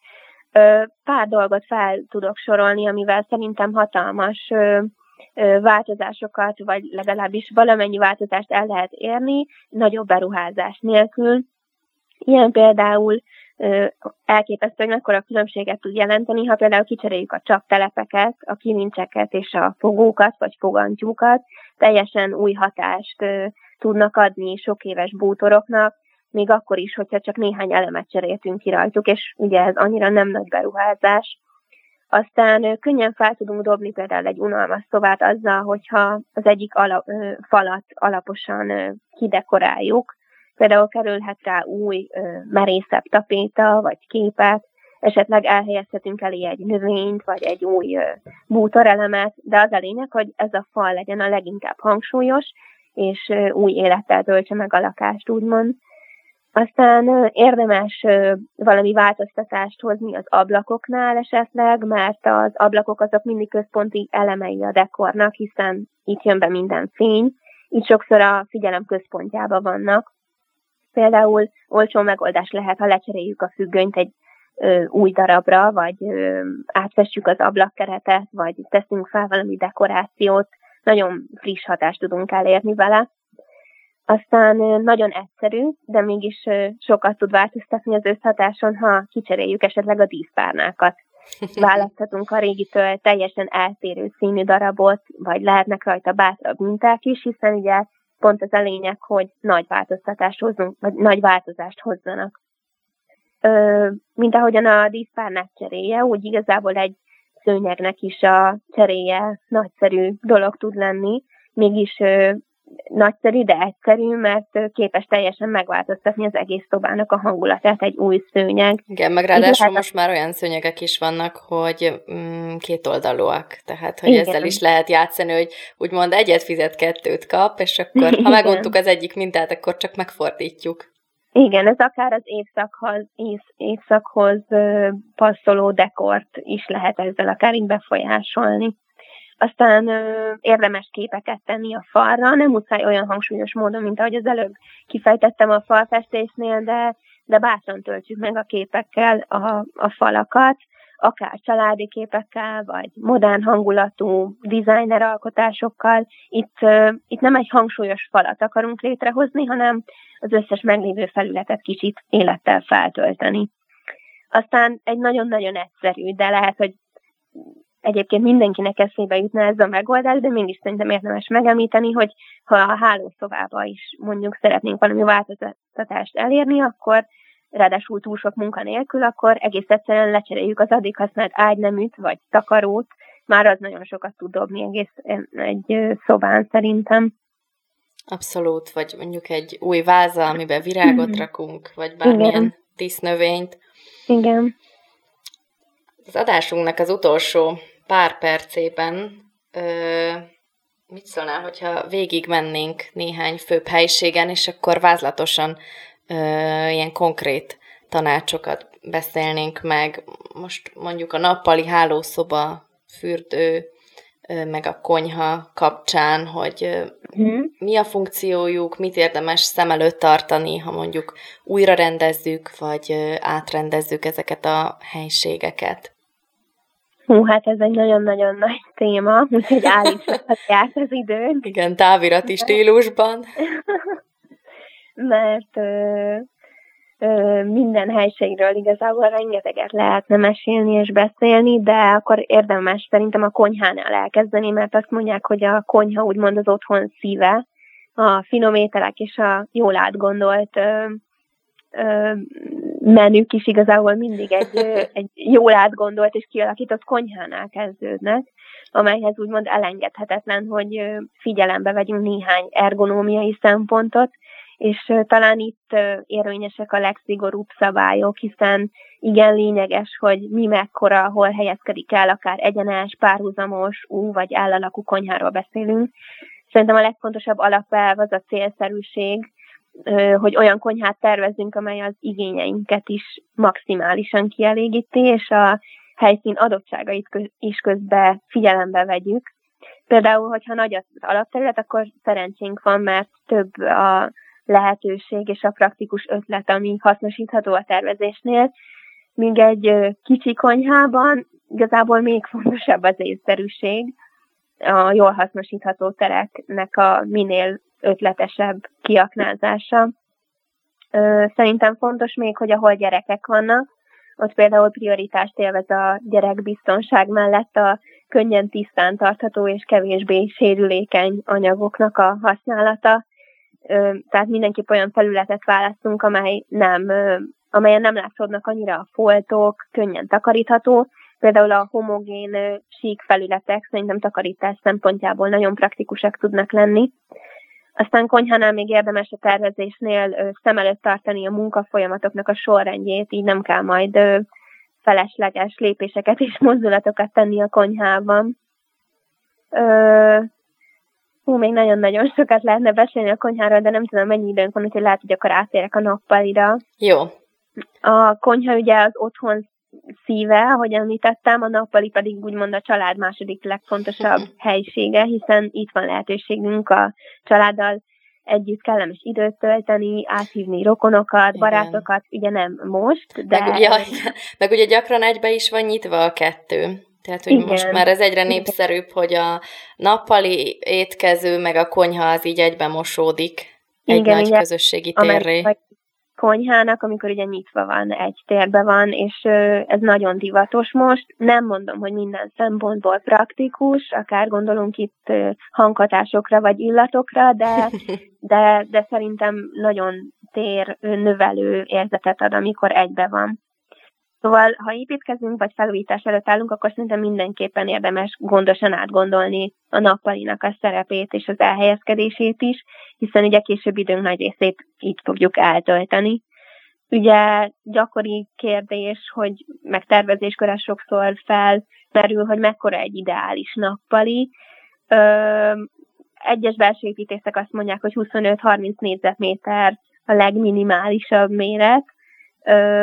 Pár dolgot fel tudok sorolni, amivel szerintem hatalmas változásokat, vagy legalábbis valamennyi változást el lehet érni, nagyobb beruházás nélkül. Ilyen például elképesztő, hogy mekkora különbséget tud jelenteni, ha például kicseréljük a csaptelepeket, a kilincseket és a fogókat, vagy fogantyúkat, teljesen új hatást tudnak adni sok éves bútoroknak, még akkor is, hogyha csak néhány elemet cseréltünk ki rajtuk, és ugye ez annyira nem nagy beruházás. Aztán könnyen fel tudunk dobni például egy unalmas szobát azzal, hogyha az egyik alap, falat alaposan kidekoráljuk. Például kerülhet rá új, merészebb tapéta, vagy képet, esetleg elhelyezhetünk elé egy növényt, vagy egy új bútorelemet, de az a lényeg, hogy ez a fal legyen a leginkább hangsúlyos, és új élettel töltse meg a lakást, úgymond. Aztán érdemes valami változtatást hozni az ablakoknál esetleg, mert az ablakok azok mindig központi elemei a dekornak, hiszen itt jön be minden fény, így sokszor a figyelem központjában vannak. Például olcsó megoldás lehet, ha lecseréljük a függönyt egy ö, új darabra, vagy ö, átfestjük az ablakkeretet, vagy teszünk fel valami dekorációt, nagyon friss hatást tudunk elérni vele. Aztán nagyon egyszerű, de mégis sokat tud változtatni az összhatáson, ha kicseréljük esetleg a díszpárnákat. Választhatunk a régitől teljesen eltérő színű darabot, vagy lehetnek rajta bátrabb minták is, hiszen ugye pont az a lényeg, hogy nagy változtatást hozzunk, vagy nagy változást hozzanak. Ö, mint ahogyan a díszpárnák cseréje, úgy igazából egy szőnyegnek is a cseréje nagyszerű dolog tud lenni, mégis ö, nagyszerű, de egyszerű, mert képes teljesen megváltoztatni az egész szobának a hangulatát egy új szőnyeg. Igen, meg ráadásul most már olyan szőnyegek is vannak, hogy mm, kétoldalúak, tehát hogy igen. Ezzel is lehet játszani, hogy úgymond egyet fizet, kettőt kap, és akkor ha meguntuk az egyik mintát, akkor csak megfordítjuk. Igen, ez akár az évszakhoz, év, évszakhoz passzoló dekort is lehet ezzel akár így befolyásolni. Aztán ö, érdemes képeket tenni a falra, nem muszáj olyan hangsúlyos módon, mint ahogy az előbb kifejtettem a falfestésnél, de, de bátran töltsük meg a képekkel a, a falakat, akár családi képekkel, vagy modern hangulatú designer alkotásokkal. Itt, ö, itt nem egy hangsúlyos falat akarunk létrehozni, hanem az összes meglévő felületet kicsit élettel feltölteni. Aztán egy nagyon-nagyon egyszerű, de lehet, hogy egyébként mindenkinek eszébe jutna ez a megoldás, de mégis szerintem érdemes megemlíteni, hogy ha a hálószobába is mondjuk szeretnénk valami változtatást elérni, akkor ráadásul túl sok munka nélkül, akkor egész egyszerűen lecseréljük az addig használt ágyneműt vagy takarót, már az nagyon sokat tud dobni egész egy szobán szerintem. Abszolút, vagy mondjuk egy új váza, amiben virágot mm. rakunk, vagy bármilyen dísznövényt. Igen. Az adásunknak az utolsó pár percében ö, mit szólnál, hogyha végig mennénk néhány főbb helyiségen, és akkor vázlatosan ö, ilyen konkrét tanácsokat beszélnénk meg. Most mondjuk a nappali hálószoba, fürdő, ö, meg a konyha kapcsán, hogy ö, mm. mi a funkciójuk, mit érdemes szem előtt tartani, ha mondjuk újra rendezzük, vagy ö, átrendezzük ezeket a helyiségeket. Hú, hát ez egy nagyon-nagyon nagy téma, úgyhogy állíthatják az időt. Igen, távirati stílusban. Mert ö, ö, minden helységről igazából rengeteget lehetne mesélni és beszélni, de akkor érdemes szerintem a konyhánál elkezdeni, mert azt mondják, hogy a konyha úgymond az otthon szíve, a finom ételek és a jól átgondolt ö, ö, menük is igazából mindig egy, egy jól átgondolt és kialakított konyhánál kezdődnek, amelyhez úgymond elengedhetetlen, hogy figyelembe vegyünk néhány ergonómiai szempontot, és talán itt érvényesek a legszigorúbb szabályok, hiszen igen lényeges, hogy mi mekkora, hol helyezkedik el, akár egyenes, párhuzamos, ú vagy állalakú konyháról beszélünk. Szerintem a legfontosabb alapelv az a célszerűség, hogy olyan konyhát tervezzünk, amely az igényeinket is maximálisan kielégíti, és a helyszín adottságait is közben figyelembe vegyük. Például, hogyha nagy az alapterület, akkor szerencsénk van, mert több a lehetőség és a praktikus ötlet, ami hasznosítható a tervezésnél. míg egy kicsi konyhában igazából még fontosabb az észszerűség, a jól hasznosítható tereknek a minél ötletesebb kiaknázása. Szerintem fontos még, hogy ahol gyerekek vannak, ott például prioritást élvez a gyerekbiztonság mellett a könnyen tisztán tartható és kevésbé sérülékeny anyagoknak a használata. Tehát mindenképp olyan felületet választunk, amely nem, amelyen nem látszódnak annyira a foltok, könnyen takarítható. Például a homogén sík felületek szerintem takarítás szempontjából nagyon praktikusak tudnak lenni. Aztán konyhánál még érdemes a tervezésnél szem előtt tartani a munkafolyamatoknak a sorrendjét, így nem kell majd felesleges lépéseket és mozdulatokat tenni a konyhában. Hú, még nagyon-nagyon sokat lehetne beszélni a konyháról, de nem tudom, mennyi időnk van, úgyhogy lehet, hogy akkor átérek a nappalira. Jó. A konyha ugye az otthon szíve, ahogy említettem, a nappali pedig úgymond a család második legfontosabb helysége, hiszen itt van lehetőségünk a családdal együtt kellemes időt tölteni, áthívni rokonokat, igen, barátokat, ugye nem most, de... Meg, ja, meg ugye gyakran egybe is van nyitva a kettő. Tehát, hogy igen, most már ez egyre népszerűbb, hogy a nappali étkező meg a konyha az így egybe mosódik egy igen, nagy igen, közösségi térré. Konyhának, amikor ugye nyitva van, egy térbe van, és ez nagyon divatos most. Nem mondom, hogy minden szempontból praktikus, akár gondolunk itt hanghatásokra vagy illatokra, de, de, de szerintem nagyon tér növelő érzetet ad, amikor egybe van. Szóval, ha építkezünk, vagy felújítás előtt állunk, akkor szerintem mindenképpen érdemes gondosan átgondolni a nappalinak a szerepét és az elhelyezkedését is, hiszen ugye később időnk nagy részét így fogjuk eltölteni. Ugye gyakori kérdés, hogy meg tervezéskor ez sokszor felmerül, hogy mekkora egy ideális nappali. Ö, egyes belső építészek azt mondják, hogy huszonöt-harminc négyzetméter a legminimálisabb méret. Ö,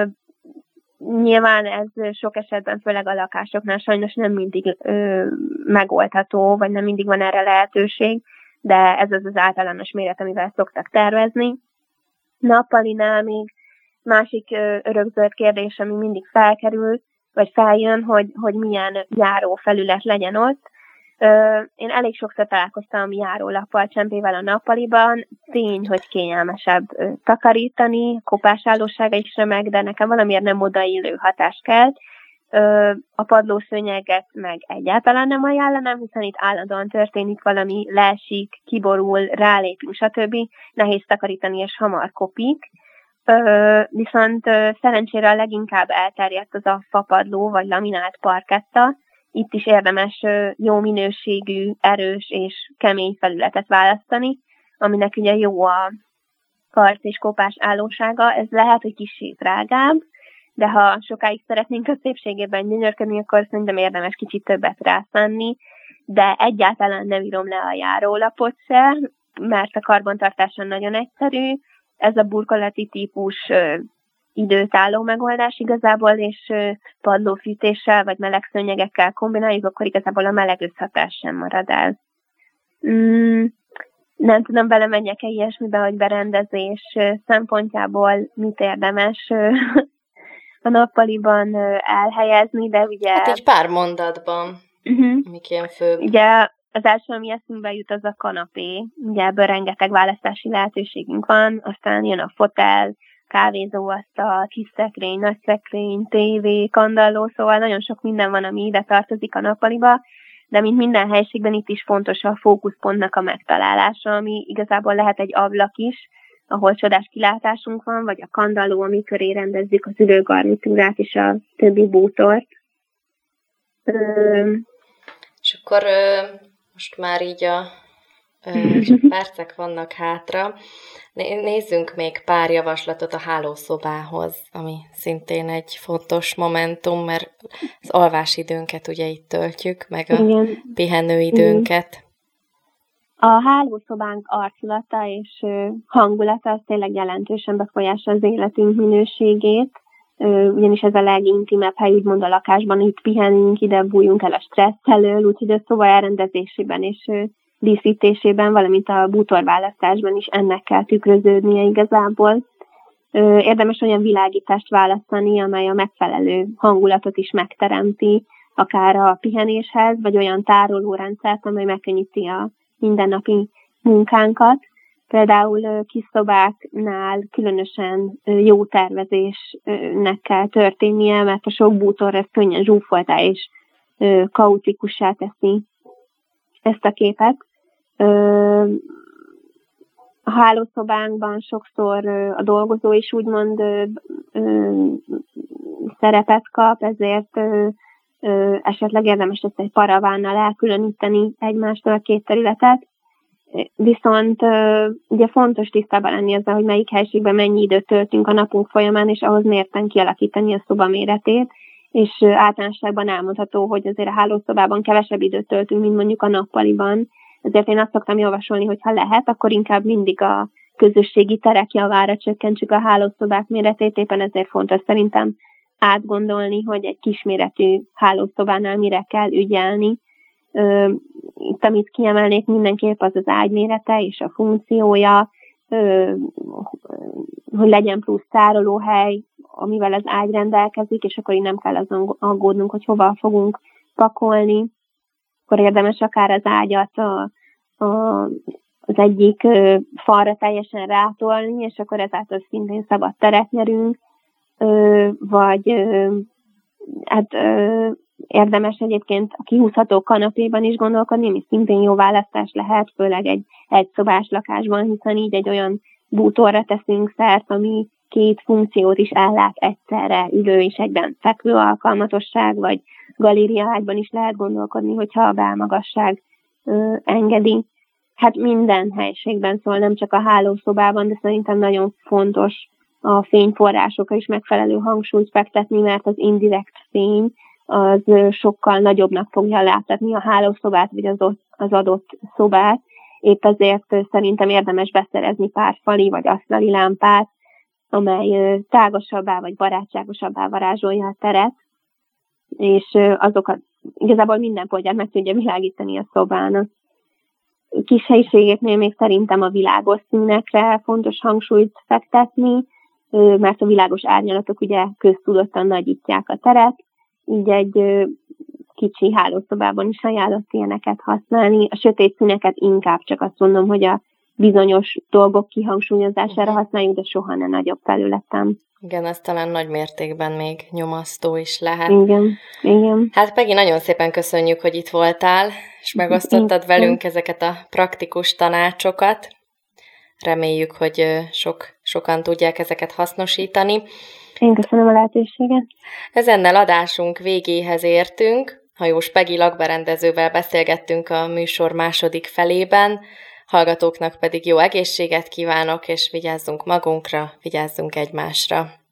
Nyilván ez sok esetben, főleg a lakásoknál sajnos nem mindig ö, megoldható, vagy nem mindig van erre lehetőség, de ez az az általános méret, amivel szoktak tervezni. Nappalinál még másik ö, örökzöld kérdés, ami mindig felkerül, vagy feljön, hogy, hogy milyen járófelület legyen ott. Ö, én elég sokszor találkoztam járólappal, csempével a nappaliban. Tény, hogy kényelmesebb ö, takarítani, kopásállósága is remek, de nekem valamiért nem odaillő hatás kell. Ö, a padlószőnyeget meg egyáltalán nem ajánlanám, hiszen itt állandóan történik valami, leesik, kiborul, rálépünk, stb. Nehéz takarítani, és hamar kopik. Ö, viszont ö, szerencsére a leginkább elterjedt az a fapadló, vagy laminált parketta. Itt is érdemes ö, jó minőségű, erős és kemény felületet választani, aminek ugye jó a karc és kopás állósága. Ez lehet, hogy kicsit drágább, de ha sokáig szeretnénk a szépségében gyönyörködni, akkor szerintem érdemes kicsit többet rászánni, de egyáltalán nem írom le a járólapot se, mert a karbantartása nagyon egyszerű. Ez a burkolati típus ö, időtálló megoldás igazából, és ö, padlófűtéssel vagy meleg szőnyegekkel kombináljuk, akkor igazából a meleg összhatás sem marad el. Mm, nem tudom, belemenjek-e ilyesmibe, hogy berendezés ö, szempontjából mit érdemes ö, a nappaliban ö, elhelyezni, de ugye... Hát egy pár mondatban, uh-huh. mik ilyen főbb. Ugye az első, ami eszünkbe jut, az a kanapé. Ugye ebből rengeteg választási lehetőségünk van, aztán jön a fotel, kávézóasztal, kis szekrény, nagy szekrény, tévé, kandalló, szóval nagyon sok minden van, ami ide tartozik a nappaliba, de mint minden helységben itt is fontos a fókuszpontnak a megtalálása, ami igazából lehet egy ablak is, ahol csodás kilátásunk van, vagy a kandalló, ami köré rendezzük az ülőgarnitúrát és a többi bútort. Üm. És akkor ö, most már így a ö, csak percek vannak hátra. Nézzünk még pár javaslatot a hálószobához, ami szintén egy fontos momentum, mert az alvásidőnket ugye itt töltjük, meg a igen. pihenőidőnket. A hálószobánk arculata és hangulata az tényleg jelentősen befolyásolja az életünk minőségét, ugyanis ez a legintimebb hely, úgymond a lakásban, itt pihenünk, ide bújjunk el a stressz elől, úgyhogy a szoba elrendezésében és díszítésében, valamint a bútorválasztásban is ennek kell tükröződnie igazából. Érdemes olyan világítást választani, amely a megfelelő hangulatot is megteremti, akár a pihenéshez, vagy olyan tárolórendszert, amely megkönnyíti a mindennapi munkánkat. Például kis szobáknál különösen jó tervezésnek kell történnie, mert a sok bútor ez könnyen zsúfoltá és kaotikussá teszi ezt a képet. A hálószobánkban sokszor a dolgozó is úgymond szerepet kap, ezért esetleg érdemes ezt egy paravánnal elkülöníteni egymástól a két területet. Viszont ugye fontos tisztában lenni ezzel, hogy melyik helységben mennyi időt töltünk a napunk folyamán, és ahhoz mérten kialakítani a szoba méretét, és általánosságban elmondható, hogy azért a hálószobában kevesebb időt töltünk, mint mondjuk a nappaliban. Ezért én azt szoktam javasolni, hogy ha lehet, akkor inkább mindig a közösségi terek javára csökkentsük a hálószobák méretét, éppen ezért fontos szerintem átgondolni, hogy egy kisméretű hálószobánál mire kell ügyelni. Itt, amit kiemelnék mindenképp, az az ágy mérete és a funkciója, hogy legyen plusz tárolóhely, amivel az ágy rendelkezik, és akkor így nem kell azon aggódnunk, hogy hova fogunk pakolni. Akkor érdemes akár az ágyat a, a, az egyik falra teljesen rátolni, és akkor ezáltal szintén szabad teret nyerünk, vagy hát érdemes egyébként a kihúzható kanapéban is gondolkodni, ami szintén jó választás lehet, főleg egy egyszobás lakásban, hiszen így egy olyan bútorra teszünk szert, ami két funkciót is ellát egyszerre, ülő és egyben fekvő alkalmatosság, vagy galériaágyban is lehet gondolkodni, hogyha a belmagasság ö, engedi. Hát minden helységben, szóval nem csak a hálószobában, de szerintem nagyon fontos a fényforrásokra is megfelelő hangsúlyt fektetni, mert az indirekt fény az sokkal nagyobbnak fogja látni a hálószobát, vagy az, ott, az adott szobát. Épp ezért szerintem érdemes beszerezni pár fali vagy asztali lámpát, amely tágasabbá vagy barátságosabbá varázsolja a teret, és azokat igazából minden pontját meg tudja világítani a szobának. Kis helyiségeknél még szerintem a világos színekre fontos hangsúlyt fektetni, mert a világos árnyalatok ugye köztudottan nagyítják a teret, így egy kicsi hálószobában is ajánlott ilyeneket használni. A sötét színeket inkább csak azt mondom, hogy a bizonyos dolgok kihangsúlyozására használjuk, de soha ne nagyobb felületen. Igen, ez talán nagy mértékben még nyomasztó is lehet. Igen, igen. Hát Peggy, nagyon szépen köszönjük, hogy itt voltál, és megosztottad igen. velünk ezeket a praktikus tanácsokat. Reméljük, hogy sok, sokan tudják ezeket hasznosítani. Én köszönöm a lehetőséget. Ezennel adásunk végéhez értünk. Hajós Peggy lakberendezővel beszélgettünk a műsor második felében. Hallgatóknak pedig jó egészséget kívánok, és vigyázzunk magunkra, vigyázzunk egymásra.